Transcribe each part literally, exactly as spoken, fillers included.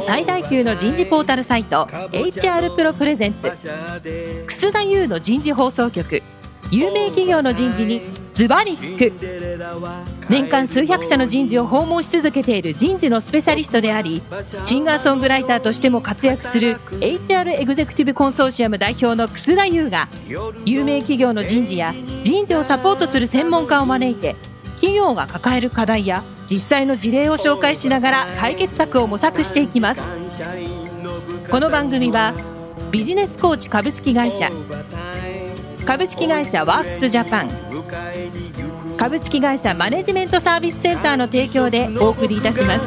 最大級の人事ポータルサイト エイチアール プロプレゼンツ楠田優の人事放送局。有名企業の人事にズバリ聞く。年間数百社の人事を訪問し続けている人事のスペシャリストであり、シンガーソングライターとしても活躍する エイチアール エグゼクティブコンソーシアム代表の楠田優が、有名企業の人事や人事をサポートする専門家を招いて、企業が抱える課題や実際の事例を紹介しながら解決策を模索していきます。この番組はビジネスコーチ株式会社、株式会社ワークスジャパン、株式会社マネジメントサービスセンターの提供でお送りいたします。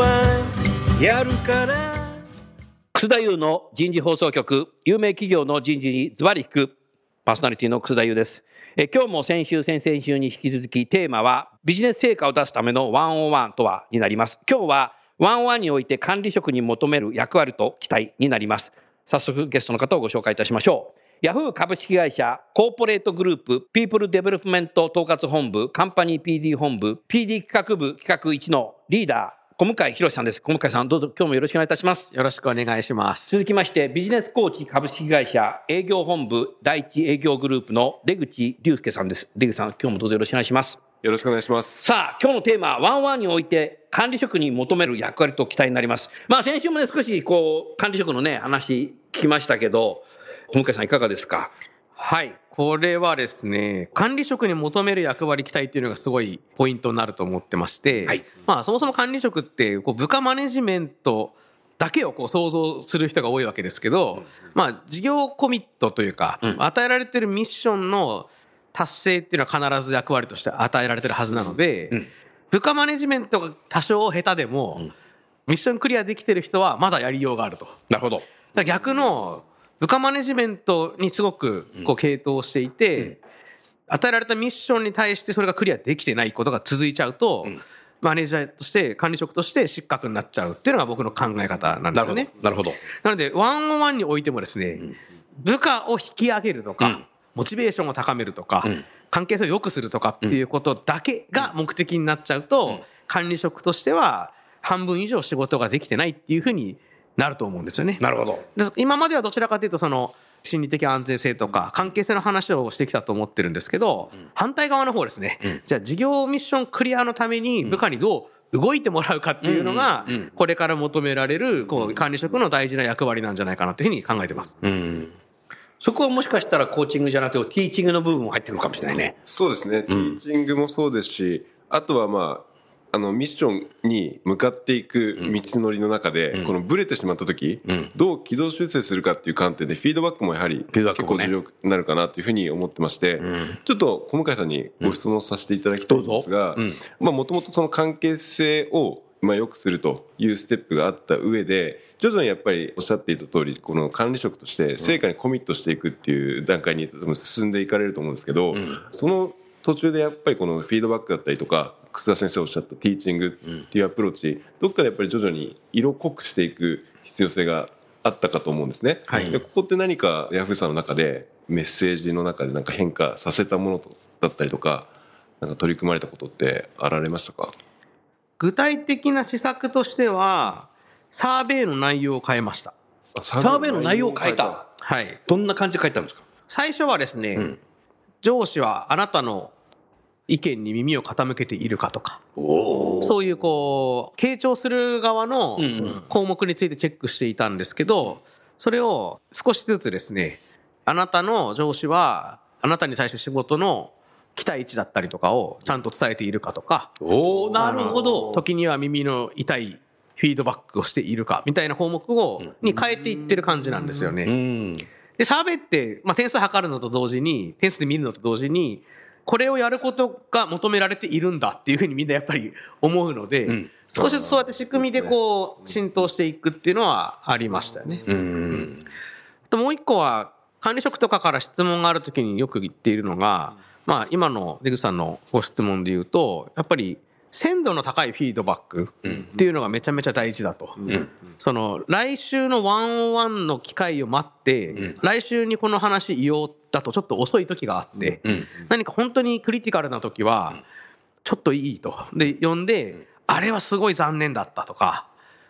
楠田優の人事放送局、有名企業の人事にズバリ聞く。パーソナリティの楠田優です。え今日も先週先々週に引き続きテーマはビジネス成果を出すためのワンオンワンとはになります。今日はワンオンワンにおいて管理職に求める役割と期待になります。早速ゲストの方をご紹介いたしましょう。ヤフー株式会社コーポレートグループピープルデベロップメント統括本部カンパニー ピーディー 本部 ピーディー 企画部企画いちのリーダー小向井博さんです。小向井さん、どうぞ今日もよろしくお願いいたします。 よろしくお願いします。 続きましてビジネスコーチ株式会社営業本部第一営業グループの出口隆介さんです。出口さん、今日もどうぞよろしくお願いします。 よろしくお願いします。 さあ、今日のテーマはワンワンにおいて管理職に求める役割と期待になります。まあ先週もね、少しこう管理職のね話聞きましたけど、小向井さんいかがですか？ はい。これはですね、管理職に求める役割期待っていうのがすごいポイントになると思ってまして、はい、まあそもそも管理職ってこう部下マネジメントだけをこう想像する人が多いわけですけど、まあ事業コミットというか、うん、与えられてるミッションの達成っていうのは必ず役割として与えられてるはずなので、うん、部下マネジメントが多少下手でも、うん、ミッションクリアできてる人はまだやりようがあると。 なるほど。だから逆の部下マネジメントにすごくこう傾倒していて、うん、与えられたミッションに対してそれがクリアできてないことが続いちゃうと、うん、マネージャーとして管理職として失格になっちゃうっていうのが僕の考え方なんですよね。 なるほど。 なのでワンオンワンにおいてもですね、うん、部下を引き上げるとか、うん、モチベーションを高めるとか、うん、関係性を良くするとかっていうことだけが目的になっちゃうと、うん、管理職としては半分以上仕事ができてないっていうふうになると思うんですよね。 なるほど。 今まではどちらかというとその心理的安全性とか関係性の話をしてきたと思ってるんですけど、うん、反対側の方ですね、うん、じゃあ事業ミッションクリアのために部下にどう動いてもらうかっていうのがこれから求められるこう管理職の大事な役割なんじゃないかなというふうに考えてます。 うん、そこはもしかしたらコーチングじゃなくてティーチングの部分も入ってくるかもしれないね。 そうですね、ティーチングもそうですし、あとはまああのミッションに向かっていく道のりの中で、うん、このブレてしまった時、うん、どう軌道修正するかっていう観点でフィードバックもやはり結構重要になるかなというふうに思ってまして、うん、ちょっと小向井さんにご質問させていただきたいんですが、もともとその関係性をまあ良くするというステップがあった上で、徐々にやっぱりおっしゃっていた通り、この管理職として成果にコミットしていくっていう段階に進んでいかれると思うんですけど、うん、その途中でやっぱりこのフィードバックだったりとか、楠田先生おっしゃったティーチングっていうアプローチ、どっかでやっぱり徐々に色濃くしていく必要性があったかと思うんですね、はい、でここって何かヤフーさんの中でメッセージの中でなんか変化させたものだったりとか、なんか取り組まれたことってあられましたか？ 具体的な施策としてはサーベイの内容を変えました。 サーベイの内容を変えた。 はい。 どんな感じで変えたんですか？ 最初はですね、うん、上司はあなたの意見に耳を傾けているかとか、そういうこう傾聴する側の項目についてチェックしていたんですけど、それを少しずつですね、あなたの上司はあなたに対して仕事の期待値だったりとかをちゃんと伝えているかとか、 おー、なるほど。 時には耳の痛いフィードバックをしているかみたいな項目をに変えていってる感じなんですよね。うんでサーベイって、まあ、点数測るのと同時に点数で見るのと同時にこれをやることが求められているんだっていうふうにみんなやっぱり思うので、うん、少しずつそうやって仕組みでこう浸透していくっていうのはありましたよね。うん、あともう一個は管理職とかから質問があるときによく言っているのが、まあ、今の出口さんのご質問で言うとやっぱり鮮度の高いフィードバックっていうのがめちゃめちゃ大事だと、うん、その来週のワンオンワンの機会を待って、うん、来週にこの話言おうだとちょっと遅い時があって、うん、何か本当にクリティカルな時はちょっといいとで呼んで、あれはすごい残念だったとか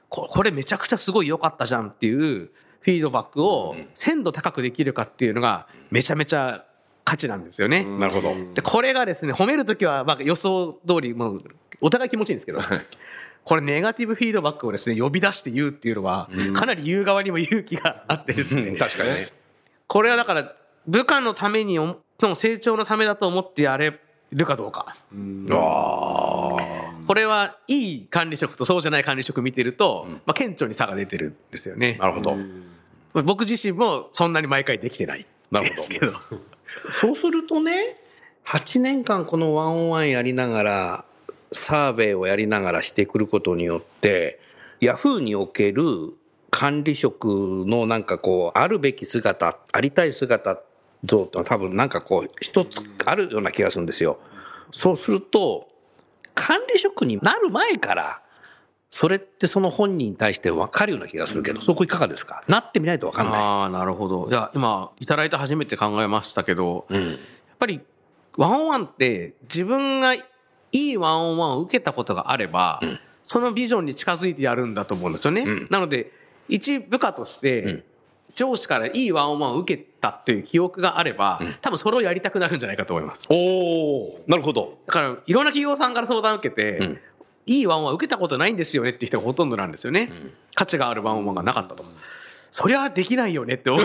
ここれめちゃくちゃすごい良かったじゃんっていうフィードバックを鮮度高くできるかっていうのがめちゃめちゃ価値なんですよね。 なるほど。 でこれがですね、褒めるときはまあ予想通りもうお互い気持ちいいんですけど、これネガティブフィードバックをですね呼び出して言うっていうのはかなり言う側にも勇気があってですね、 確かにね。 これはだから部下のためにの成長のためだと思ってやれるかどうか。 あこれはいい管理職とそうじゃない管理職見てると、まあ、顕著に差が出てるんですよね。 なるほど。 僕自身もそんなに毎回できてないんですけど。 そうするとね、はちねんかんこのワンオンワンやりながらサーベイをやりながらしてくることによってヤフーにおける管理職のなんかこうあるべき姿、ありたい姿像ってのは多分なんかこう一つあるような気がするんですよ。そうすると管理職になる前からそれってその本人に対して分かるような気がするけど、そこいかがですか？なってみないと分かんない。 ああ、なるほど。いや今いただいて初めて考えましたけど、 うん、 やっぱりワンオンワンって自分がいいワンオンワンを受けたことがあれば、うん、そのビジョンに近づいてやるんだと思うんですよね。うん、なので一部下として、うん、上司からいいワンオンワンを受けたっていう記憶があれば、うん、多分それをやりたくなるんじゃないかと思います。 おー、なるほど。 だからいろんな企業さんから相談を受けて、うん、いいワンオンワン受けたことないんですよねっていう人がほとんどなんですよね。うん、価値があるワンオンワンがなかったと。うん、そりゃできないよねって思う。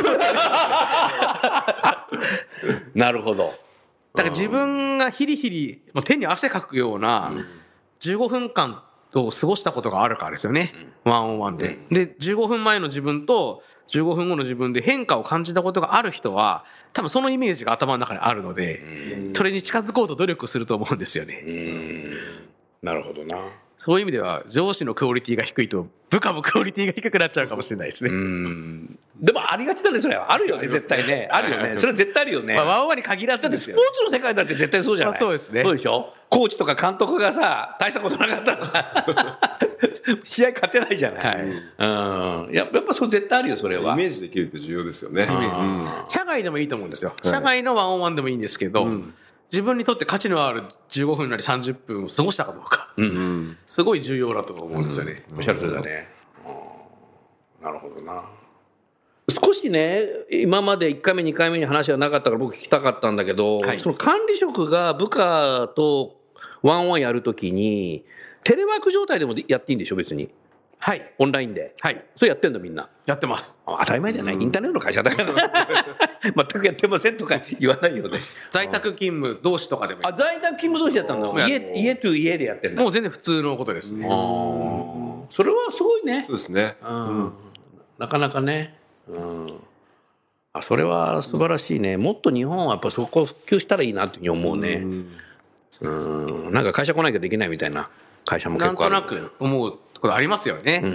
なるほど。 だから自分がヒリヒリもう手に汗かくようなじゅうごふんかんを過ごしたことがあるからですよね、うん、ワンオンワンで、うん、でじゅうごふんまえの自分とじゅうごふんごの自分で変化を感じたことがある人は多分そのイメージが頭の中にあるので、うん、それに近づこうと努力すると思うんですよね。 うん、なるほどな。 そういう意味では上司のクオリティが低いと部下もクオリティが低くなっちゃうかもしれないですね。 うん、でもありがちだね。それはあるよね、絶対ね。あるよね。それは絶対あるよね。 まあ、ワンオンワンに限らずですよ、 ね、スポーツの世界だって絶対そうじゃない。まあ、 そうですね。 そうでしょ。コーチとか監督がさ大したことなかったらさ試合勝てないじゃない、はい、うん、やっぱそれ絶対あるよ。それはイメージできるって重要ですよね。 うん、社外でもいいと思うんですよ。社外のワンオンワンでもいいんですけど、うん、自分にとって価値のあるじゅうごふんなりさんじゅっぷんを過ごしたかどうか、うんうん、すごい重要だと思うんですよね。 おっしゃる通りだね。なるほどな。少しね今までいっかいめにかいめに話はなかったから僕聞きたかったんだけど、はい、その管理職が部下とワンオンワンやるときにテレワーク状態でもやっていいんでしょ別に。 はい、 オンラインで。 はい、 それやってんだみんな。 やってます。 当たり前じゃない、うん、インターネットの会社だから全くやってませんとか言わないよね。 在宅勤務同士とかでも。 あ、在宅勤務同士やったんだ。家家と家でやってんだ。 もう全然普通のことですね。あ、 それはすごいね。 そうですね、 うん、なかなかね、うん、あ、それは素晴らしいね。もっと日本はやっぱそこ普及したらいいなっていうふうに思うね。うん、うん、なんか会社来なきゃできないみたいな会社も結構ある。 なんとなく思うところありますよね。うんうん、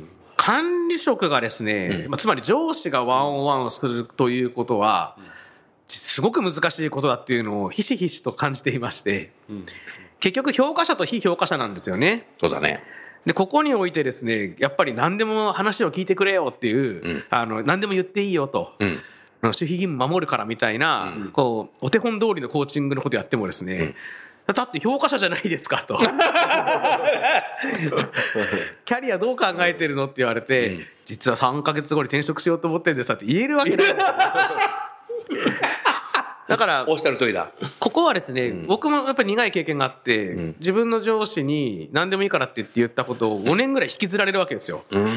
管理職がですね、うん、つまり上司がワンオンワンをするということはすごく難しいことだっていうのをひしひしと感じていまして、うん、結局評価者と非評価者なんですよね。 そうだね。 でここにおいてですね、やっぱり何でも話を聞いてくれよっていう、うん、あの何でも言っていいよと、うん、守秘義務守るからみたいな、うん、こうお手本通りのコーチングのことやってもですね、うん、だって評価者じゃないですかとキャリアどう考えてるのって言われて、うん、実はさんかげつごに転職しようと思ってるんですって言えるわけないだからおっしゃる通りだ。 ここはですね、うん、僕もやっぱり苦い経験があって、うん、自分の上司に何でもいいからって言って言ったことをごねんぐらい引きずられるわけですよ、うん、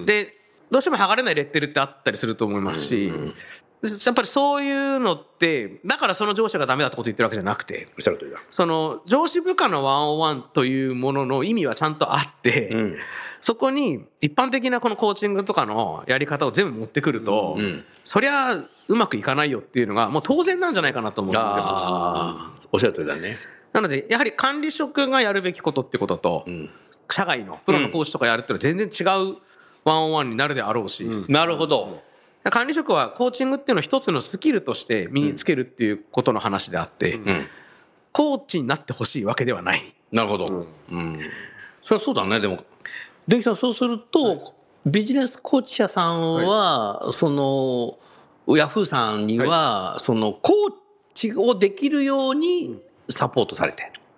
でどうしても剥がれないレッテルってあったりすると思いますし、うん、やっぱりそういうのってだからその上司がダメだってこと言ってるわけじゃなくて、 おっしゃる通りだ。 その上司部下のワンオンワンというものの意味はちゃんとあって、うん、そこに一般的なこのコーチングとかのやり方を全部持ってくると、うん、そりゃうまくいかないよっていうのがもう当然なんじゃないかなと思ってます。 あ、おっしゃる通りだね。 なのでやはり管理職がやるべきことってことと、うん、社外のプロのコーチとかやるっていうのは全然違うワンオンワンになるであろうし、うん、 なるほど。 管理職はコーチングっていうのは一つのスキルとして身につけるっていうことの話であって、うん、コーチになってほしいわけではない。 なるほど、うんうん、それはそうだね。でも出木さん、そうすると、はい、ビジネスコーチ者さんは、はい、そのヤフーさんには、はい、そのコーチをできるようにサポートされて、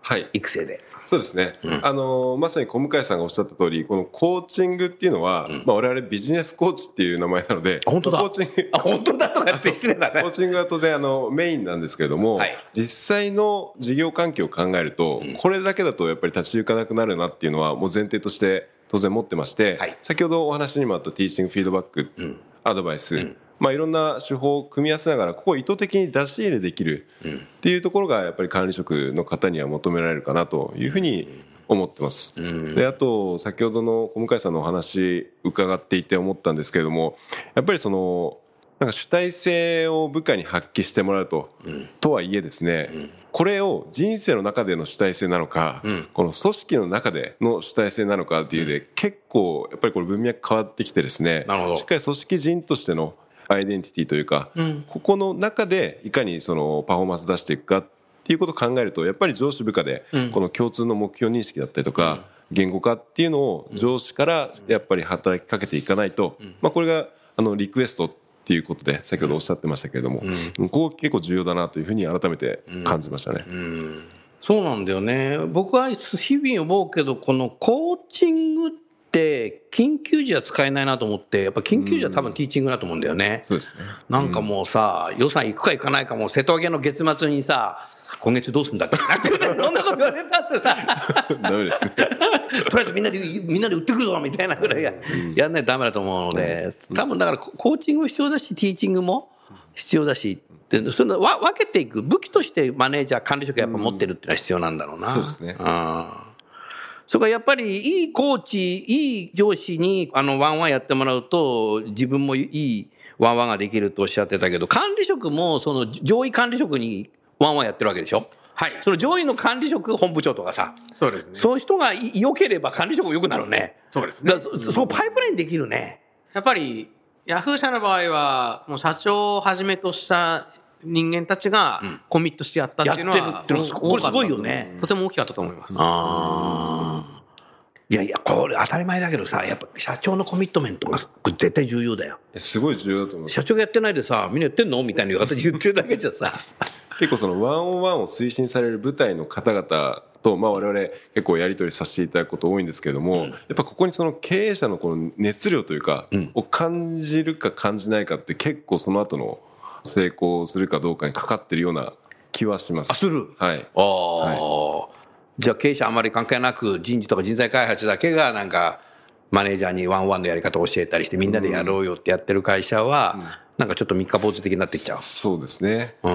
育成で。 そうですね、うん、あのまさに小向さんがおっしゃった通り、このコーチングっていうのは、うんまあ、我々ビジネスコーチっていう名前なので、 本当だコーチングあ本当だとかって失礼だね。 コーチングは当然あのメインなんですけれども、はい、実際の事業環境を考えると、うん、これだけだとやっぱり立ち行かなくなるなっていうのはもう前提として当然持ってまして、はい、先ほどお話にもあったティーチングフィードバック、うん、アドバイス、うんまあ、いろんな手法を組み合わせながらここを意図的に出し入れできるっていうところがやっぱり管理職の方には求められるかなというふうに思ってます。であと先ほどの小向さんのお話伺っていて思ったんですけれども、やっぱりそのなんか主体性を部下に発揮してもらうと、うん、とはいえですね、うん、これを人生の中での主体性なのか、うん、この組織の中での主体性なのかっていうで、うん、結構やっぱりこれ文脈変わってきてですね、しっかり組織人としてのアイデンティティというか、うん、ここの中でいかにそのパフォーマンス出していくかっていうことを考えると、やっぱり上司部下でこの共通の目標認識だったりとか、うん、言語化っていうのを上司からやっぱり働きかけていかないと、うんまあ、これがあのリクエストっていうことで先ほどおっしゃってましたけれども、うん、ここ結構重要だなというふうに改めて感じましたね、うんうん、 そうなんだよね。僕は日々思うけど、このコーチングって緊急時は使えないなと思って、やっぱ緊急時は多分ティーチングだと思うんだよね、 うん、そうですね。 なんかもうさ、予算いくかいかないかも瀬戸上げの月末にさ、今月どうすんだっけそんなこと言われたってさダメですねとりあえずみんなでみんなで売ってくぞみたいなぐらいや、うん、やんないとダメだと思うので、多分だからコーチングも必要だしティーチングも必要だしってその分けていく武器としてマネージャー管理職やっぱ持ってるっていうのは必要なんだろうな、 うん、そうですね。 あそれからやっぱりいいコーチいい上司にあのワンワンやってもらうと自分もいいワンワンができるとおっしゃってたけど、管理職もその上位管理職にワンワンやってるわけでしょ。はい。その上位の管理職本部長とかさ。 そうですね。 そういう人が良ければ管理職も良くなるね。 そうですね。 だからそ、そこパイプラインできるね。 やっぱり、ヤフー社の場合は、もう社長をはじめとした人間たちがコミットしてやったっていうのは、うん、やってるっていうのは、 これすごいよね。 とても大きかったと思います。 ああ。いやいや、これ当たり前だけどさ、やっぱ社長のコミットメントが絶対重要だよ。 すごい重要だと思う。 社長がやってないでさ、みんなやってんのみたいな形で言ってるだけじゃさ。 結構そのワンオンワンを推進される部隊の方々と、まあ我々結構やり取りさせていただくこと多いんですけれども、うん、やっぱここにその経営者のこの熱量というか、うん、を感じるか感じないかって結構その後の成功するかどうかにかかってるような気はします。 あ、する。 はい。 ああ、はい。じゃあ経営者あまり関係なく人事とか人材開発だけがなんかマネージャーにワンワンのやり方を教えたりしてみんなでやろうよってやってる会社は、うん、なんかちょっと三日坊主的になってきちゃう。 そうですね。 うん。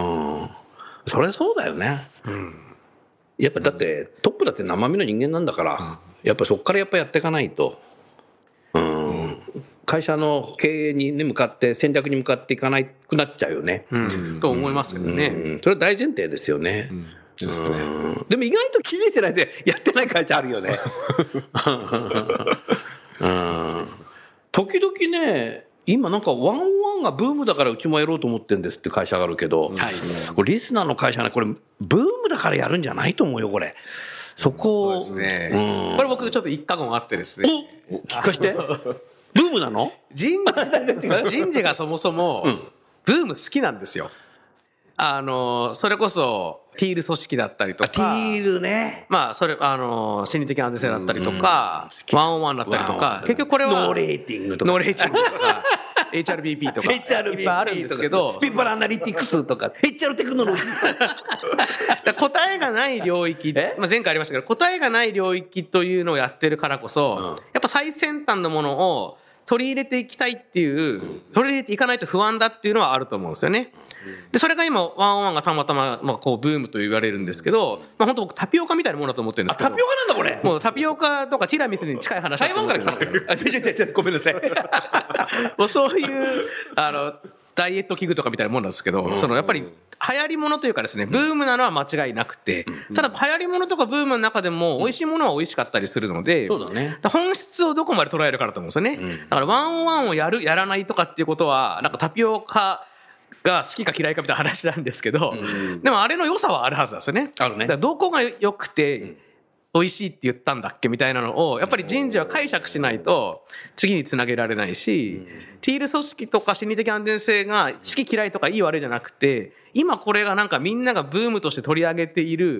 それそうだよね。うん。やっぱだってトップだって生身の人間なんだから、うん、やっぱそこからやっぱやっていかないと。うん。うん、会社の経営に向かって戦略に向かっていかなくなっちゃうよね。 うん。と思いますけどね。 うん。それは大前提ですよね。うんですね、 でも意外と気づいてないでやってない会社あるよねうん、時々ね今なんかワンワンがブームだからうちもやろうと思ってるんですって会社があるけど、はい、これリスナーの会社ねこれブームだからやるんじゃないと思うよこれそこを、 そうですね、うん、これ僕ちょっと一過言あってですねお聞かしてブームなの人事人事がそもそもブーム好きなんですよ。あのそれこそティール組織だったりとかティールねまあそれあの心理的安全性だったりとかワンオンワンだったりとか結局これはノーレーティングとかノーレーティングとかエイチアールビーピー とかいっぱいあるんですけどピープルアナリティクスとか エイチアール テクノロジー答えがない領域、まあ、前回ありましたけど答えがない領域というのをやってるからこそ、うん、やっぱ最先端のものを取り入れていきたいっていう、うん、取り入れていかないと不安だっていうのはあると思うんですよね。でそれが今ワンオンワンがたまたま、まあ、こうブームと言われるんですけど、まあ、本当僕タピオカみたいなものだと思ってるんですけど。 タピオカなんだこれ。 もうタピオカとかティラミスに近い話だと思ってるんですけど。 台湾から来たの。あ、違う違う違うごめんなさい。 もうそういうあのダイエット器具とかみたいなものなんですけど、うん、そのやっぱり流行り物というかですね、ブームなのは間違いなくて、うん、ただ流行り物とかブームの中でも美味しいものは美味しかったりするので、 そうだね。 本質をどこまで捉えるかだと思うんですよね。うん、だからワンオンワンをやるやらないとかっていうことはなんかタピオカが好きか嫌いかみたいな話なんですけど、うん、でもあれの良さはあるはずなんですよね。 あるね。 だからどこが良くて美味しいって言ったんだっけみたいなのをやっぱり人事は解釈しないと次につなげられないし、うん、ティール組織とか心理的安全性が好き嫌いとかいい悪いじゃなくて、今これがなんかみんながブームとして取り上げている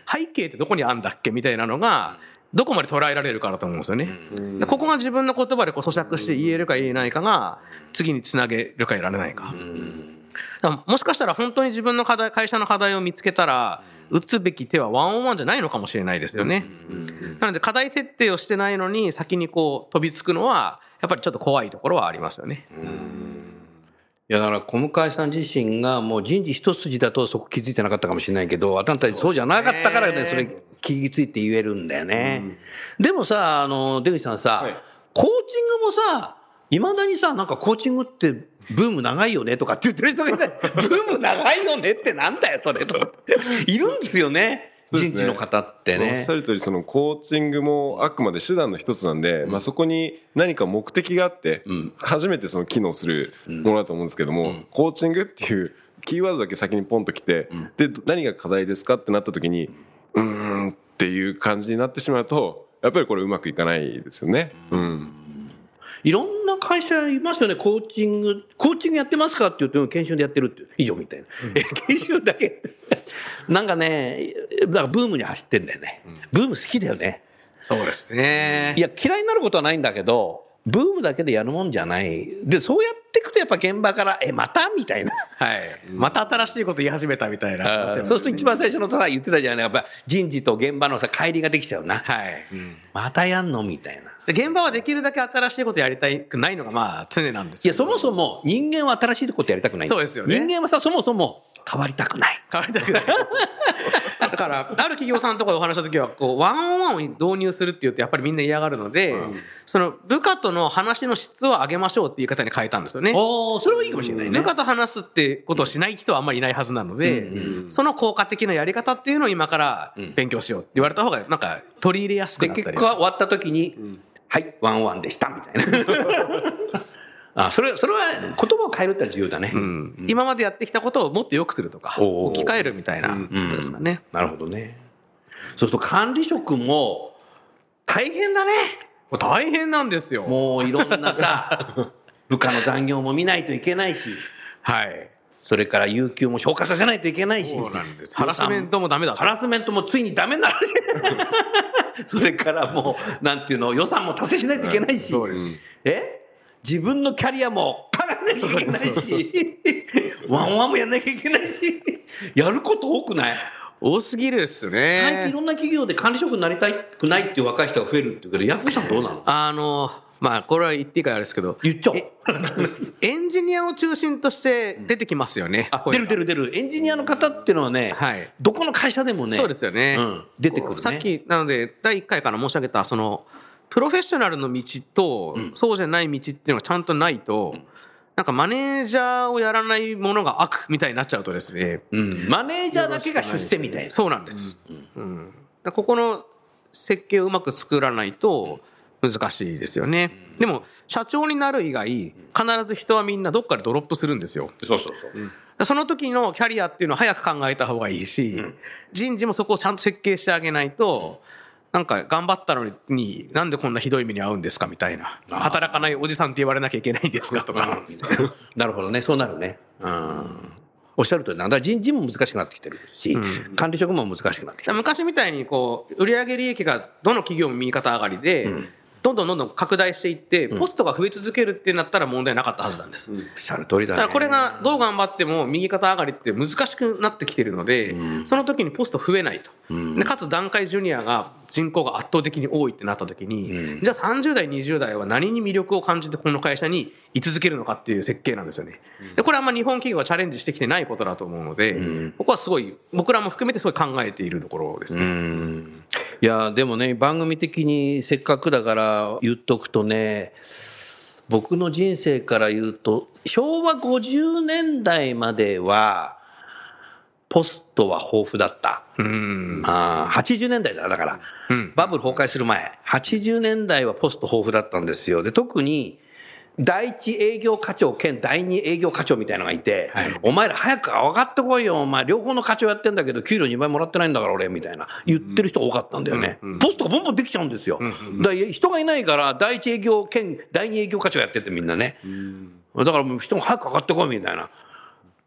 背景ってどこにあんだっけみたいなのがどこまで捉えられるかだと思うんですよね。でここが自分の言葉でこう咀嚼して言えるか言えないかが次につなげるかやられないか。だからもしかしたら本当に自分の課題、会社の課題を見つけたら打つべき手はワンオンワンじゃないのかもしれないですよね。なので課題設定をしてないのに先にこう飛びつくのはやっぱりちょっと怖いところはありますよね。 いやだから小向さん自身がもう人事一筋だとそこ気づいてなかったかもしれないけど、あなたそうじゃなかったからね、それ気ついて言えるんだよね。うん、でもさ、あの出口さんさ、はい、コーチングもさ、いまだにさ、なんかコーチングってブーム長いよねとかって言ってる人がいない。ブーム長いよねってなんだよそれとかっているんですよね。人事の方ってね。 おっしゃる通り、そのコーチングもあくまで手段の一つなんで、うん、まあそこに何か目的があって、うん、初めてその機能するものだと思うんですけども、うん、コーチングっていうキーワードだけ先にポンと来て、うん、で何が課題ですかってなった時に、うーんっていう感じになってしまうと、やっぱりこれうまくいかないですよね。うん。 いろんな会社いますよね。コーチング、コーチングやってますかって言っても研修でやってるって以上みたいな。うん、え、研修だけなんかね、だからブームに走ってんだよね。ブーム好きだよね。 そうですね。 いや、嫌いになることはないんだけど、ブームだけでやるもんじゃない。で、そうやっていくとやっぱ現場から、え、またみたいな。 はい。また新しいこと言い始めたみたいな。 そうすると一番最初のさ、言ってたじゃない。やっぱ人事と現場のさ、乖離ができちゃうな。 はい。うん、 またやんのみたいな。 現場はできるだけ新しいことやりたくないのがまあ常なんですよ。 いや、そもそも人間は新しいことやりたくない。 そうですよね。 人間はさ、そもそも変わりたくない。 変わりたくない。だから、ある企業さんとかでお話したときは、こう、ワンオンワンを導入するって言うとやっぱりみんな嫌がるので、うん、その部下との話の質を上げましょうって言い方に変えたんですよね。 おー、それはいいかもしれないね。 部下と話すってことをしない人はあんまりいないはずなので、うんうん、その効果的なやり方っていうのを今から勉強しようって言われた方が、なんか取り入れやすくなったり。 で、結果終わった時に、うんはい、ワンワンでしたみたいな。あ、それ、それは言葉を変えるって重要だね、うんうん。今までやってきたことをもっと良くするとか、置き換えるみたいなことですかね、 うんうん。なるほどね。そうすると管理職も大変だね。 大変なんですよ。 もういろんなさ、部下の残業も見ないといけないし。 はい。 それから有給も消化させないといけないし。 そうなんです。ハラスメントもダメだと。 ハラスメントもついにダメになるし。それからもう、なんていうの、予算も達成しないといけないし。 そうです。 え自分のキャリアも考えなきゃいけないし、ワンワンもやんなきゃいけないし、やること多くない？ 多すぎるっすね。 最近いろんな企業で管理職になりたくないっていう若い人が増えるっていうけど、ヤフーさんどうなの？ あの、まあ、これは言っていいかあれですけど。 言っちゃおう。 エンジニアを中心として出てきますよね。 あ、出る出る出る。エンジニアの方っていうのはね、はい、どこの会社でもね。 そうですよね。 うん、出てくるね。 さっき、なので、だいいっかいから申し上げた、その、プロフェッショナルの道と、うん、そうじゃない道っていうのがちゃんとないと、うん、なんかマネージャーをやらないものが悪みたいになっちゃうとですね。 うん、マネージャーだけが出世みたいな。 そうなんです。うんうんうん、ここの設計をうまく作らないと難しいですよね。うん、でも、社長になる以外、必ず人はみんなどっかでドロップするんですよ。 そうそうそう。うんその時のキャリアっていうのを早く考えた方がいいし、うん、人事もそこをちゃんと設計してあげないと、なんか頑張ったのになんでこんなひどい目に遭うんですかみたいな。働かないおじさんって言われなきゃいけないんですかとか。 なるほどね。そうなるね。うん。おっしゃるとおりなんだ。人事も難しくなってきてるし、うん、管理職も難しくなってきてる。 昔みたいにこう、売上利益がどの企業も右肩上がりで、うんどんどんどんどん拡大していって、ポストが増え続けるってなったら問題なかったはずなんです。 おっしゃる通りだね。 だからこれがどう頑張っても右肩上がりって難しくなってきてるので、うん、その時にポスト増えないと。うん、でかつ団塊ジュニアが人口が圧倒的に多いってなった時に、うん、じゃあさんじゅう代、にじゅう代は何に魅力を感じてこの会社に居続けるのかっていう設計なんですよね。でこれはあんま日本企業がチャレンジしてきてないことだと思うので、うん、ここはすごい、僕らも含めてすごい考えているところですね。 うんいやでもね番組的にせっかくだから言っとくとね僕の人生から言うとしょうわごじゅうねんだいまではポストは豊富だった。うんあはちじゅうねんだいだだから、うん、バブル崩壊する前はちじゅうねんだいはポスト豊富だったんですよ。で特に第一営業課長兼第二営業課長みたいなのがいて、はい、お前ら早く上がってこいよ、お前両方の課長やってんだけど給料にばいもらってないんだから俺みたいな言ってる人多かったんだよね、うんうん、ポストがボンボンできちゃうんですよ、うんうん、だから人がいないから第一営業兼第二営業課長やっててみんなね、うん、だからもう人が早く上がってこいみたいな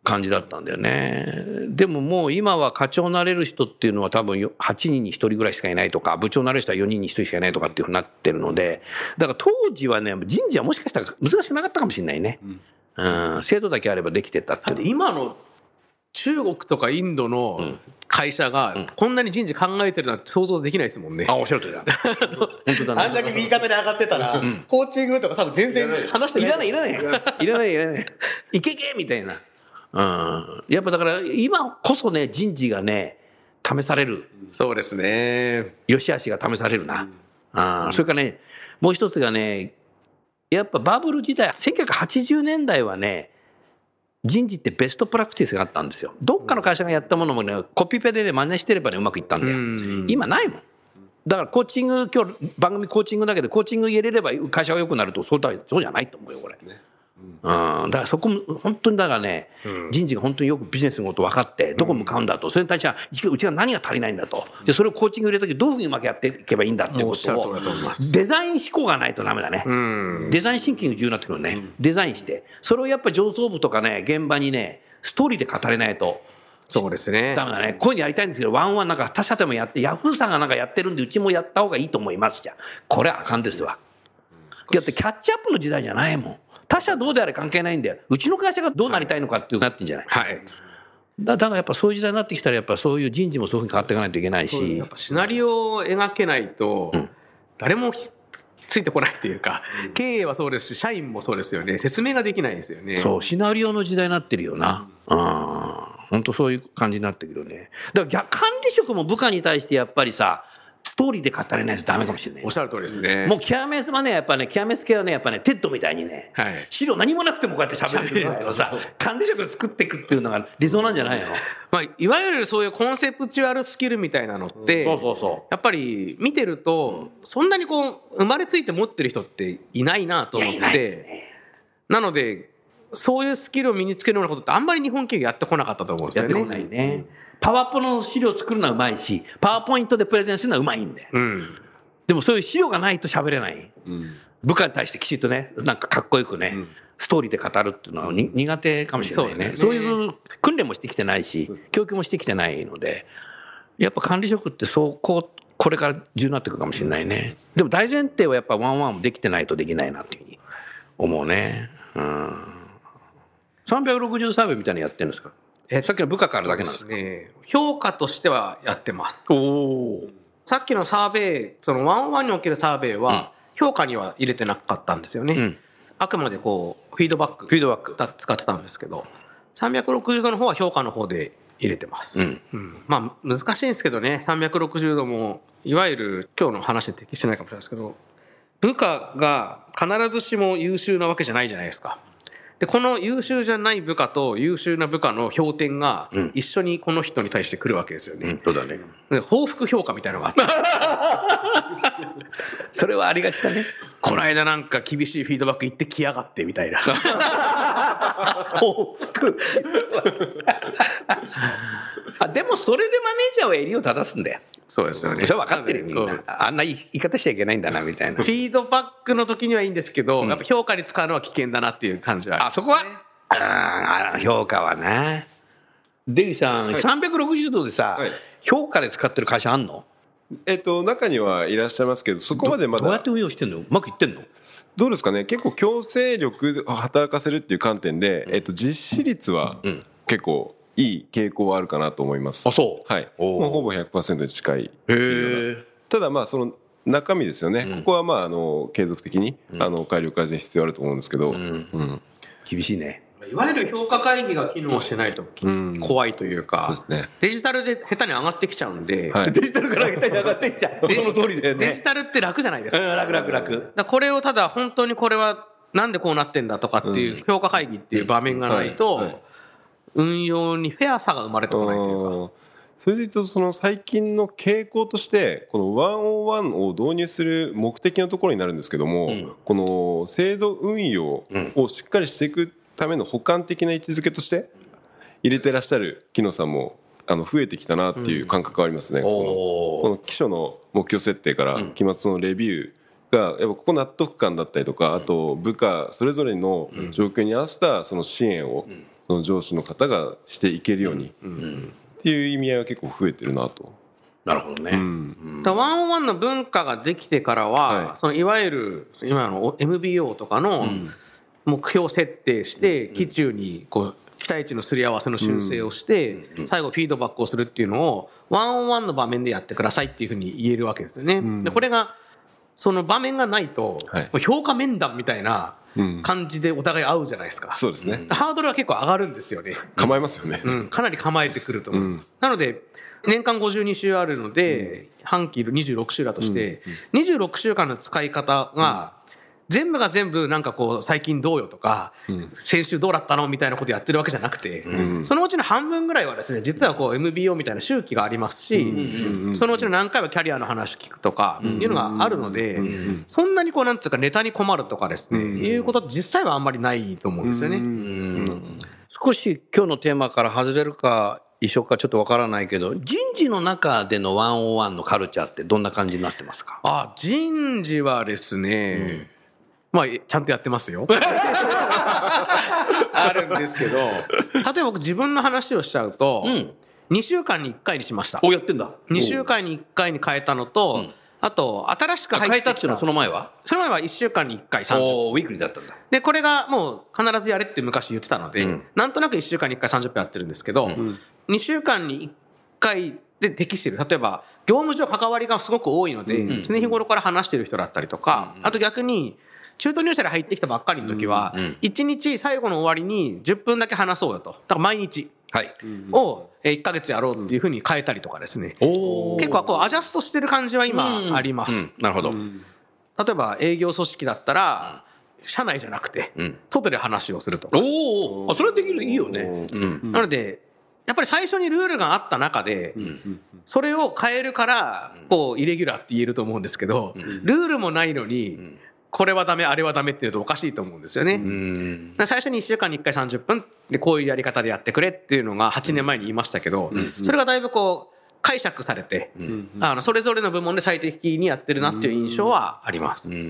感じだったんだよね。でももう今は課長になれる人っていうのは多分はちにんにひとりぐらいしかいないとか、部長になれる人はよにんにひとりしかいないとかっていうふうになってるので、だから当時はね、人事はもしかしたら難しくなかったかもしれないね。うん、うん、制度だけあればできてたって。 だって今の中国とかインドの会社がこんなに人事考えてるなんて想像できないですもんね。 あ、おっしゃるとおりだ。 本当だね。あんだけ右肩に上がってたら、うん、コーチングとか多分全然話してない。 いらないいらない。いらないいらない。いけいけみたいな。うん。やっぱだから今こそね、人事がね、試される。 そうですね。 良し悪しが試されるな。うん。それからね、もう一つがね、やっぱバブル時代、せんきゅうひゃくはちじゅうねんだいはね、人事ってベストプラクティスがあったんですよ。どっかの会社がやったものもね、コピペでね、真似してればね、うまくいったんだよ。今ないもん。だからコーチング、今日番組コーチングだけど、コーチング入れれば会社が良くなると、そうだ、そうじゃないと思うよ、これ。うん、だからそこも本当にだからね、人事が本当によくビジネスのこと分かってどこ向かうんだと、それに対してはうちが何が足りないんだと、でそれをコーチング入れた時どういうふうにうまくやっていけばいいんだってことを、デザイン思考がないとダメだね。デザインシンキング重要になってくるね。デザインしてそれをやっぱり上層部とかね、現場にね、ストーリーで語れないとそうですね。 ダメだね。こういうのやりたいんですけど、ワンワンなんか他社でもやって、ヤフーさんがなんかやってるんでうちもやった方がいいと思いますじゃん。これはあかんですわ。だってキャッチアップの時代じゃないもん。他社どうであれ関係ないんだよ。うちの会社がどうなりたいのかっていうなってんじゃない。 はい。 だ, だからやっぱそういう時代になってきたら、やっぱそういう人事もそういうふうに変わっていかないといけないし。 やっぱシナリオを描けないと、誰もついてこないっていうか、うん、経営はそうですし、社員もそうですよね。説明ができないですよね。 そう、シナリオの時代になってるよな。うん。本当そういう感じになってくるね。だから管理職も部下に対してやっぱりさ、ストーリーで語れないとダメかもしれない。 おっしゃる通りですね。 もうキャーメスはね、やっぱね、キャーメス系はね、やっぱね、テッドみたいにね、はい、資料何もなくてもこうやって喋れるんだけどさ、管理職作っていくっていうのが理想なんじゃないの？ まあ、いわゆるそういうコンセプチュアルスキルみたいなのって、 うん、そうそうそう。 やっぱり見てると、そんなにこう、生まれついて持ってる人っていないなと思って、いや、いないですね。なので、そういうスキルを身につけるようなことってあんまり日本企業やってこなかったと思うんですよね。 やってこないね。パワポの資料作るのはうまいし、パワーポイントでプレゼンするのはうまいんだよ。うん、でもそういう資料がないと喋れない。うん、部下に対してきちっとね、なんかかっこよくね、うん、ストーリーで語るっていうのはに苦手かもしれないね。そうですね。そういう訓練もしてきてないし、教育もしてきてないので、やっぱ管理職ってそうこうこれから重要になってくるかもしれないね。でも大前提はやっぱワンワンもできてないとできないなっていうふうに思うね。うん。さんびゃくろくじゅうサーベイみたいなのやってるんですか？え、さっきの部下からだけなんですか？ ね、評価としてはやってます。おお。さっきのサーベイ、そのワンオンワンにおけるサーベイは評価には入れてなかったんですよね。うん、あくまでこうフィードバック、 フィードバック使ってたんですけど、さんびゃくろくじゅうどの方は評価の方で入れてます。うんうん、まあ難しいんですけどね、さんびゃくろくじゅうどもいわゆる今日の話に適してないかもしれないですけど、部下が必ずしも優秀なわけじゃないじゃないですか。で、この優秀じゃない部下と優秀な部下の評点が一緒にこの人に対して来るわけですよね。 うん、そうだね。 で、報復評価みたいなのがあって。 それはありがちだね。 この間なんか厳しいフィードバック言ってきやがってみたいな。 報復。あ、でもそれでマネージャーは襟を正すんだよ。 そうですよね。 それは分かってるよみんな。あんな言い方しちゃいけないんだなみたいな。 フィードバックの時にはいいんですけど、うん、やっぱ評価に使うのは危険だなっていう感じはある、ね。 あそこはあ評価はな。デリさん、はい、さんびゃくろくじゅうどでさ、はい、評価で使ってる会社あんの？ えっと中にはいらっしゃいますけど、そこまでまだど, どうやって運用してんの？うまくいってんの？ どうですかね。結構強制力を働かせるっていう観点で、えっと実施率は結構いい傾向はあるかなと思います。 あ、そう。 はい。もうほぼ ひゃくパーセント に近い。へえ。ただまあその中身ですよね。うん、ここはまああの継続的に、うん、あの改良改善必要あると思うんですけど、うんうん、厳しいね。 いわゆる評価会議が機能してないと怖いというか、うん、そうですね、デジタルで下手に上がってきちゃうんで、 はい、デジタルから下手に上がってきちゃう。その通りだよね。 デジタルって楽じゃないですか。 うん、楽楽楽。 だこれをただ本当にこれはなんでこうなってんだとかっていう評価会議っていう場面がないと、うんはいはい、運用にフェアさが生まれてこないというか。 それでいうとその最近の傾向としてこのワンオンワンを導入する目的のところになるんですけども、うん、この制度運用をしっかりしていくための補完的な位置づけとして入れてらっしゃる木野さんもあの増えてきたなっていう感覚がありますね、うん、この、この基礎の目標設定から期末のレビューがやっぱここ納得感だったりとか、あと部下それぞれの状況に合わせたその支援をその上司の方がしていけるようにっていう意味合いは結構増えてるなと。 なるほどね、うんだワンオンワンの文化ができてからは、はい、そのいわゆる今の エムビーオー とかの目標設定して期中にこう期待値のすり合わせの修正をして最後フィードバックをするっていうのをワンオンワンの場面でやってくださいっていうふうに言えるわけですよね。でこれがその場面がないと評価面談みたいな感じでお互い会うじゃないですか。 そうですね。 ハードルは結構上がるんですよね。 構えますよね、 うん、かなり構えてくると思います、うん、なので年間ごじゅうに週あるので、うん、半期にじゅうろく週だとして、うん、にじゅうろく週間の使い方が、うん、全部が全部なんかこう最近どうよとか、うん、先週どうだったのみたいなことやってるわけじゃなくて、うん、そのうちの半分ぐらいはですね実はこう エムビーオー みたいな周期がありますし、うん、そのうちの何回はキャリアの話聞くとかいうのがあるので、うん、そんなにこうなんつうかネタに困るとかですね、うん、いうことって実際はあんまりないと思うんですよね、うんうん、 少し今日のテーマから外れるか一緒かちょっとわからないけど、人事の中でのワンオンワンのカルチャーってどんな感じになってますか？ あ、人事はですね、うん、まあちゃんとやってますよあるんですけど、例えば僕自分の話をしちゃうと、うん、にしゅうかんにいっかいにしました。 お、やってんだ。 にしゅうかんにいっかいに変えたのと、うん、あと新しく入ってきた。 変えたっていうのはその前はその前はいっしゅうかんにいっかいさんじゅっぷん。 おー、ウィークリーだったんだ。 でこれがもう必ずやれって昔言ってたので、うん、なんとなくいっしゅうかんにいっかいさんじゅっぷんやってるんですけど、うん、にしゅうかんにいっかいで適している。例えば業務上関わりがすごく多いので、うん、常日頃から話している人だったりとか、うん、あと逆に中途入社で入ってきたばっかりの時は、うん、いちにち最後の終わりにじゅっぷんだけ話そうよと。だから毎日をいっかげつやろうっていうふうに変えたりとかですね、うん、結構こうアジャストしてる感じは今あります、うんうん、 なるほど。 例えば営業組織だったら社内じゃなくて外で話をするとか、 うん、おお、それはできる、いいよね、うん、 なのでやっぱり最初にルールがあった中でそれを変えるからこうイレギュラーって言えると思うんですけど、ルールもないのにこれはダメあれはダメっていうとおかしいと思うんですよね。うん、最初にいっしゅうかんにいっかいさんじゅっぷんでこういうやり方でやってくれっていうのがはちねんまえに言いましたけど、それがだいぶこう解釈されて、あのそれぞれの部門で最適にやってるなっていう印象はあります。うんうん、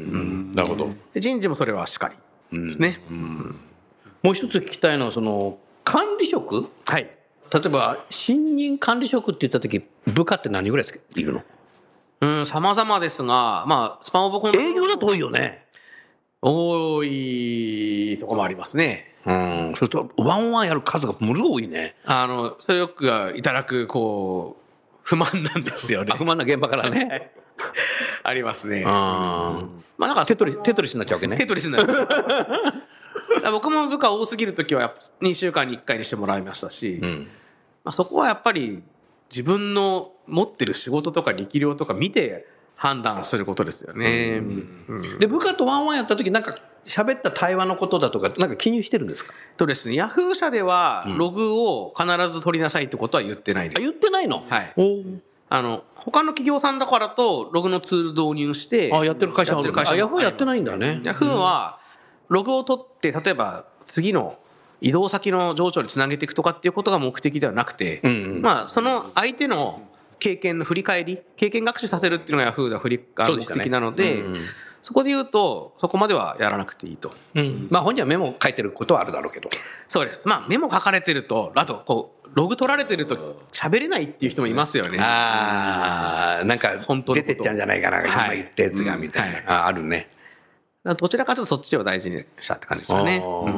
なるほど。 で人事もそれはしっかりですね。うんうん、 もう一つ聞きたいのはその管理職、 はい、 例えば新任管理職って言った時部下って何人ぐらいいるの？ うん、様々ですが、まあ、スパンオブコントロール。 営業だと多いよね。 多いとこもありますね。 うん。それと、ワンワンやる数がものすごい多いね。 あの、それよくがいただく、こう、不満なんですよね。 不満な現場からね。 ありますね。 あ、うん、まあなんかテトリ、テトリスになっちゃうわけね。 テトリスになっちゃう。僕も部下多すぎるときはにしゅうかんにいっかいにしてもらいましたし、うん、まあ、そこはやっぱり自分の持ってる仕事とか力量とか見て判断することですよね。うんうん、で部下とワンワンやった時なんか喋った対話のことだとかなんか記入してるんですか？ とですね、ヤフー社ではログを必ず取りなさいってことは言ってないです。 あ、言ってないの？ はい。おあの他の企業さんだからとログのツール導入してあやってる会社ある。あ、ヤフーやってないんだね。 ヤフーはログを取って例えば次の移動先の上長につなげていくとかっていうことが目的ではなくて、うんうん、まあその相手の経験の振り返り、経験学習させるっていうのがヤフーでは振り目的なので、うんうん、そこで言うとそこまではやらなくていいと。 うん、まあ本人はメモ書いてることはあるだろうけど。 そうです。まあメモ書かれてると、あとこうログ取られてると喋れないっていう人もいますよね。 ああ、なんか出てっちゃうんじゃないかな、今言ったやつがみたいな、はい、あ, あるね。 どちらかというとそっちを大事にしたって感じですかね。うん、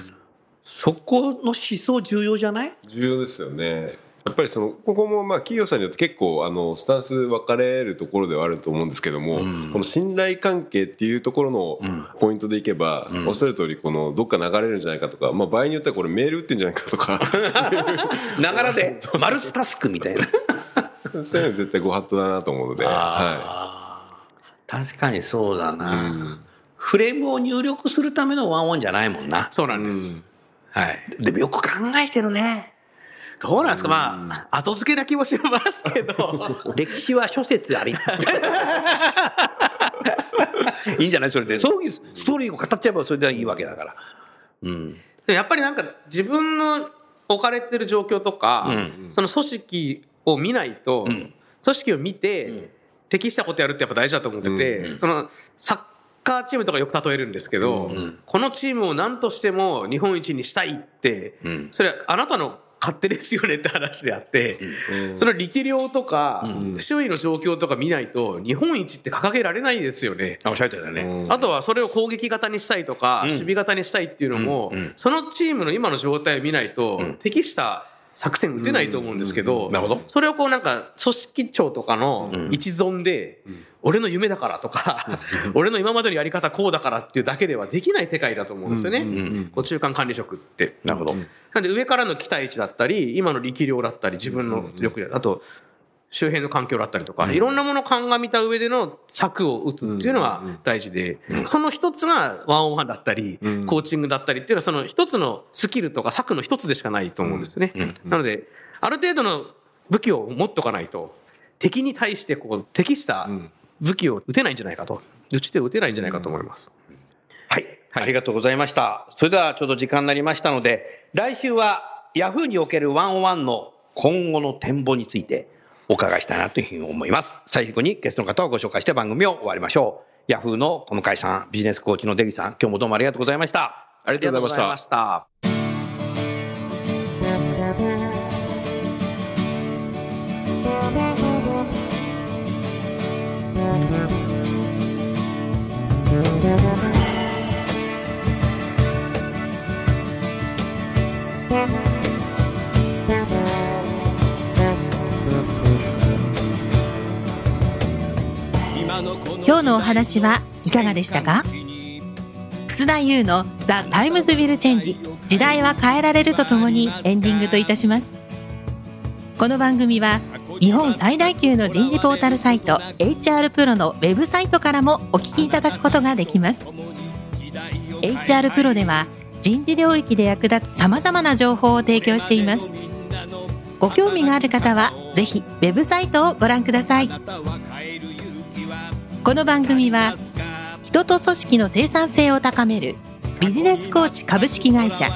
そこの思想重要じゃない？ 重要ですよね。やっぱりそのここもまあ企業さんによって結構あのスタンス分かれるところではあると思うんですけども、うん、この信頼関係っていうところのポイントでいけば、うん、おっしゃる通りこのどっか流れるんじゃないかとか、まあ、場合によってはこれメール打ってんじゃないかとかながらでマルチタスクみたいなそういうの絶対ご法度だなと思うので、 はい、確かにそうだな、うん、フレームを入力するためのワンオンじゃないもんな。 そうなんです、うん、はい。 でもよく考えてるね。 どうなんですか、まあ、後付けな気もしますけど。 歴史は諸説あり。いいんじゃないそれで。そういうストーリーを語っちゃえばそれでいいわけだから。うん。 やっぱりなんか自分の置かれてる状況とか、うん、その組織を見ないと、うん、組織を見て、うん、適したことやるってやっぱ大事だと思ってて、うん、その作カーチームとかよく例えるんですけど、うん、このチームを何としても日本一にしたいって、うん、それはあなたの勝手ですよねって話であって、うん、その力量とか、うん、周囲の状況とか見ないと日本一って掲げられないですよね。 あ、おっしゃってたね。 うん、あとはそれを攻撃型にしたいとか、うん、守備型にしたいっていうのも、うんうん、そのチームの今の状態を見ないと、うん、適した作戦打てないと思うんですけど、 なるほど。 それをこうなんか組織長とかの一存で、うん、俺の夢だからとか俺の今までのやり方こうだからっていうだけではできない世界だと思うんですよね、うんうんうん、こう中間管理職って。 なるほど。 なんで上からの期待値だったり今の力量だったり自分の力量、あと周辺の環境だったりとか、うん、いろんなものを鑑みた上での策を打つっていうのが大事で、うん、その一つがワンオンワンだったり、うん、コーチングだったりっていうのはその一つのスキルとか策の一つでしかないと思うんですよね、うんうん、なのである程度の武器を持っとかないと敵に対してこう適した武器を打てないんじゃないかと、打ち手を打てないんじゃないかと思います、 うん、はい、はい、ありがとうございました。それではちょうど時間になりましたので、来週はヤフーにおけるワンオンワンの今後の展望についてお伺いしたいなというふうに思います。最後にゲストの方をご紹介して番組を終わりましょう。ヤフーの小向井さん、ビジネスコーチの出口さん、今日もどうもありがとうございました。 ありがとうございました。 今日のお話はいかがでしたか？楠田優のザ・タイムズ・ウィル・チェンジ、時代は変えられるとともにエンディングといたします。この番組は日本最大級の人事ポータルサイト エイチアール プロのウェブサイトからもお聞きいただくことができます。 エイチアール プロでは人事領域で役立つさまざまな情報を提供しています。ご興味がある方はぜひウェブサイトをご覧ください。この番組は人と組織の生産性を高めるビジネスコーチ株式会社、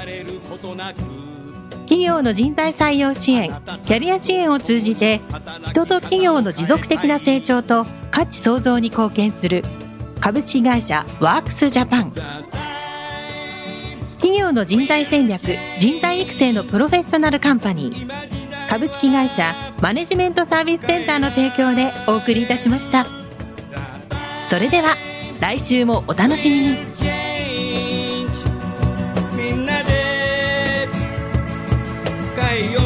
企業の人材採用支援、キャリア支援を通じて人と企業の持続的な成長と価値創造に貢献する株式会社ワークスジャパン、企業の人材戦略、人材育成のプロフェッショナルカンパニー株式会社マネジメントサービスセンターの提供でお送りいたしました。それでは来週もお楽しみに。 みんなで変えよ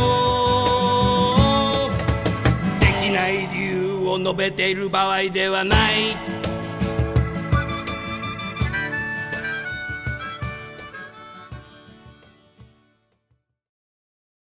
う。できない理由を述べている場合ではない。